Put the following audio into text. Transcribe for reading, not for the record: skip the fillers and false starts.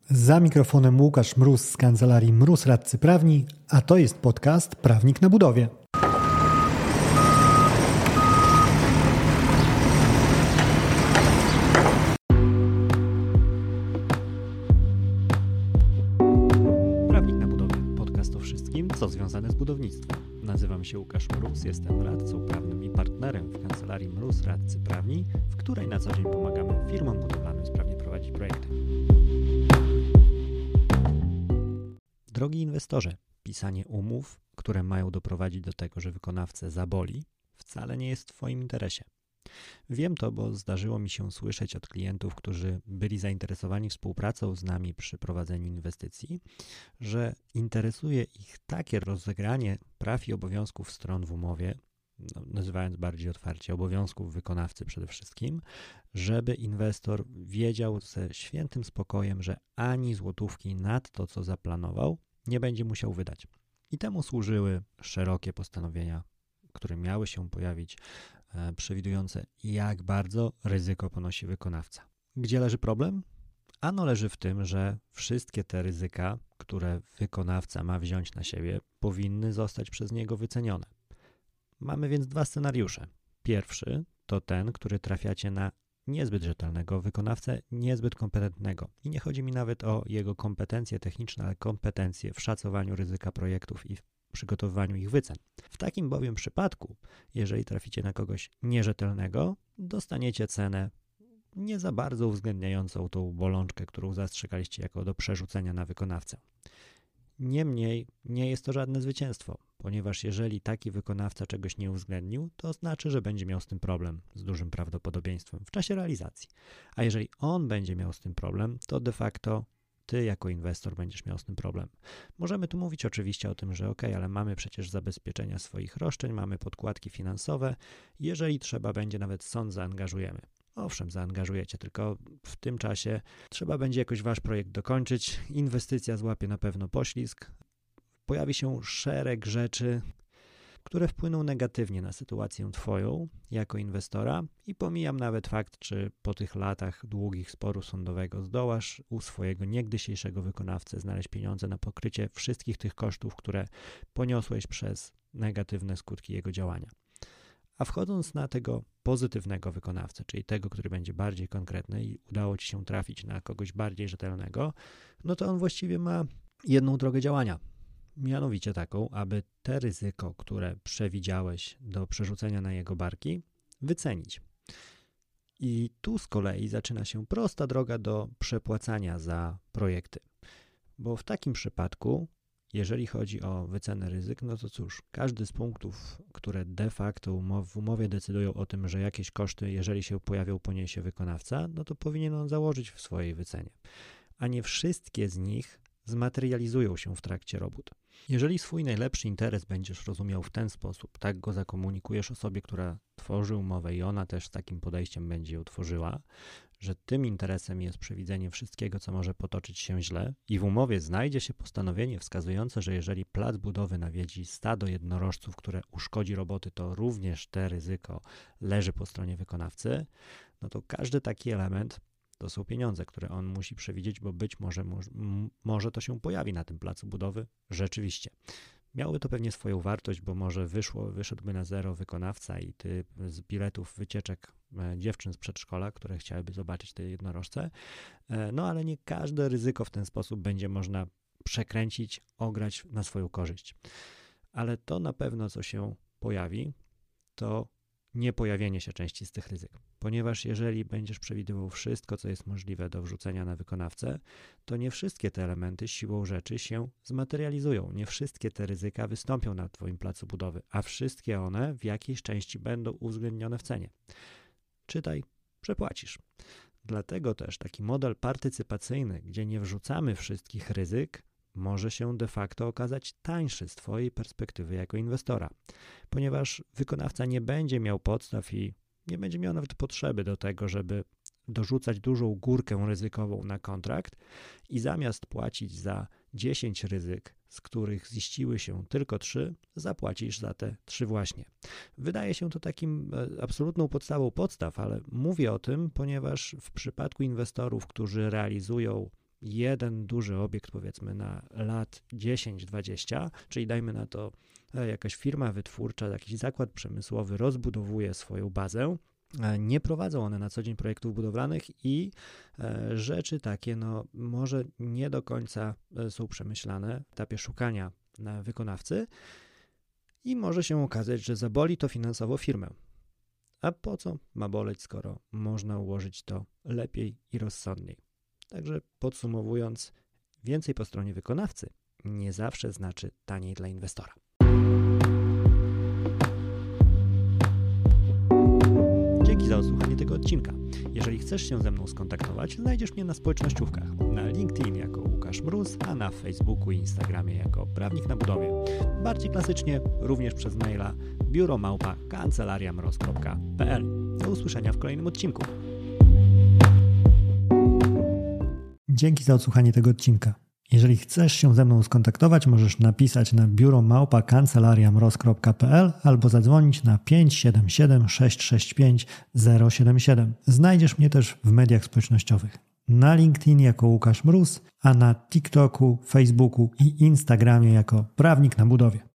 Za mikrofonem Łukasz Mróz z kancelarii Mróz Radcy Prawni, a to jest podcast Prawnik na budowie. Prawnik na budowie, podcast o wszystkim, co związane z budownictwem. Nazywam się Łukasz Mróz, jestem radcą prawnym i partnerem w kancelarii Mróz Radcy Prawni, w której na co dzień pomagamy firmom budowlanym sprawnie prowadzić projekty. Drogi inwestorze, pisanie umów, które mają doprowadzić do tego, że wykonawcę zaboli, wcale nie jest w Twoim interesie. Wiem to, bo zdarzyło mi się słyszeć od klientów, którzy byli zainteresowani współpracą z nami przy prowadzeniu inwestycji, że interesuje ich takie rozegranie praw i obowiązków stron w umowie, nazywając bardziej otwarcie obowiązków wykonawcy przede wszystkim, żeby inwestor wiedział ze świętym spokojem, że ani złotówki nad to, co zaplanował, nie będzie musiał wydać. I temu służyły szerokie postanowienia, które miały się pojawić, przewidujące, jak bardzo ryzyko ponosi wykonawca. Gdzie leży problem? Ano leży w tym, że wszystkie te ryzyka, które wykonawca ma wziąć na siebie, powinny zostać przez niego wycenione. Mamy więc dwa scenariusze. Pierwszy to ten, który trafiacie na niezbyt rzetelnego wykonawcę, niezbyt kompetentnego. I nie chodzi mi nawet o jego kompetencje techniczne, ale kompetencje w szacowaniu ryzyka projektów i w przygotowywaniu ich wycen. W takim bowiem przypadku, jeżeli traficie na kogoś nierzetelnego, dostaniecie cenę nie za bardzo uwzględniającą tą bolączkę, którą zastrzegaliście jako do przerzucenia na wykonawcę. Niemniej nie jest to żadne zwycięstwo, ponieważ jeżeli taki wykonawca czegoś nie uwzględnił, to znaczy, że będzie miał z tym problem z dużym prawdopodobieństwem w czasie realizacji. A jeżeli on będzie miał z tym problem, to de facto ty jako inwestor będziesz miał z tym problem. Możemy tu mówić oczywiście o tym, że ale mamy przecież zabezpieczenia swoich roszczeń, mamy podkładki finansowe, jeżeli trzeba będzie, nawet sąd zaangażujemy. Owszem, zaangażujecie, tylko w tym czasie trzeba będzie jakoś wasz projekt dokończyć, inwestycja złapie na pewno poślizg, pojawi się szereg rzeczy, które wpłyną negatywnie na sytuację twoją jako inwestora i pomijam nawet fakt, czy po tych latach długich sporu sądowego zdołasz u swojego niegdysiejszego wykonawcy znaleźć pieniądze na pokrycie wszystkich tych kosztów, które poniosłeś przez negatywne skutki jego działania. A wchodząc na tego pozytywnego wykonawcę, czyli tego, który będzie bardziej konkretny i udało ci się trafić na kogoś bardziej rzetelnego, no to on właściwie ma jedną drogę działania. Mianowicie taką, aby te ryzyko, które przewidziałeś do przerzucenia na jego barki, wycenić. I tu z kolei zaczyna się prosta droga do przepłacania za projekty. Bo w takim przypadku, jeżeli chodzi o wycenę ryzyk, no to cóż, każdy z punktów, które de facto w umowie decydują o tym, że jakieś koszty, jeżeli się pojawią, poniesie wykonawca, no to powinien on założyć w swojej wycenie. A nie wszystkie z nich zmaterializują się w trakcie robót. Jeżeli swój najlepszy interes będziesz rozumiał w ten sposób, tak go zakomunikujesz osobie, która tworzy umowę i ona też z takim podejściem będzie ją tworzyła, że tym interesem jest przewidzenie wszystkiego, co może potoczyć się źle i w umowie znajdzie się postanowienie wskazujące, że jeżeli plac budowy nawiedzi stado jednorożców, które uszkodzi roboty, to również te ryzyko leży po stronie wykonawcy, no to każdy taki element to są pieniądze, które on musi przewidzieć, bo być może to się pojawi na tym placu budowy rzeczywiście. Miałoby to pewnie swoją wartość, bo może wyszedłby na zero wykonawca i ty z biletów wycieczek dziewczyn z przedszkola, które chciałyby zobaczyć te jednorożce, no ale nie każde ryzyko w ten sposób będzie można przekręcić, ograć na swoją korzyść. Ale to na pewno, co się pojawi, to nie pojawienie się części z tych ryzyk, ponieważ jeżeli będziesz przewidywał wszystko, co jest możliwe do wrzucenia na wykonawcę, to nie wszystkie te elementy siłą rzeczy się zmaterializują, nie wszystkie te ryzyka wystąpią na twoim placu budowy, a wszystkie one w jakiejś części będą uwzględnione w cenie. Czytaj, przepłacisz. Dlatego też taki model partycypacyjny, gdzie nie wrzucamy wszystkich ryzyk, może się de facto okazać tańszy z twojej perspektywy jako inwestora, ponieważ wykonawca nie będzie miał podstaw i nie będzie miał nawet potrzeby do tego, żeby dorzucać dużą górkę ryzykową na kontrakt i zamiast płacić za 10 ryzyk, z których ziściły się tylko 3, zapłacisz za te 3 właśnie. Wydaje się to takim absolutną podstawą podstaw, ale mówię o tym, ponieważ w przypadku inwestorów, którzy realizują jeden duży obiekt, powiedzmy na lat 10-20, czyli dajmy na to jakaś firma wytwórcza, jakiś zakład przemysłowy rozbudowuje swoją bazę, nie prowadzą one na co dzień projektów budowlanych i rzeczy takie może nie do końca są przemyślane w etapie szukania wykonawcy i może się okazać, że zaboli to finansowo firmę. A po co ma boleć, skoro można ułożyć to lepiej i rozsądniej? Także podsumowując, więcej po stronie wykonawcy nie zawsze znaczy taniej dla inwestora. Dzięki za odsłuchanie tego odcinka. Jeżeli chcesz się ze mną skontaktować, znajdziesz mnie na społecznościówkach. Na LinkedIn jako Łukasz Mróz, a na Facebooku i Instagramie jako Prawnik na Budowie. Bardziej klasycznie również przez maila biuro@kancelariamroz.pl. Do usłyszenia w kolejnym odcinku. Dzięki za odsłuchanie tego odcinka. Jeżeli chcesz się ze mną skontaktować, możesz napisać na biuro@kancelariamroz.pl albo zadzwonić na 577 665 077. Znajdziesz mnie też w mediach społecznościowych. Na LinkedIn jako Łukasz Mróz, a na TikToku, Facebooku i Instagramie jako Prawnik na Budowie.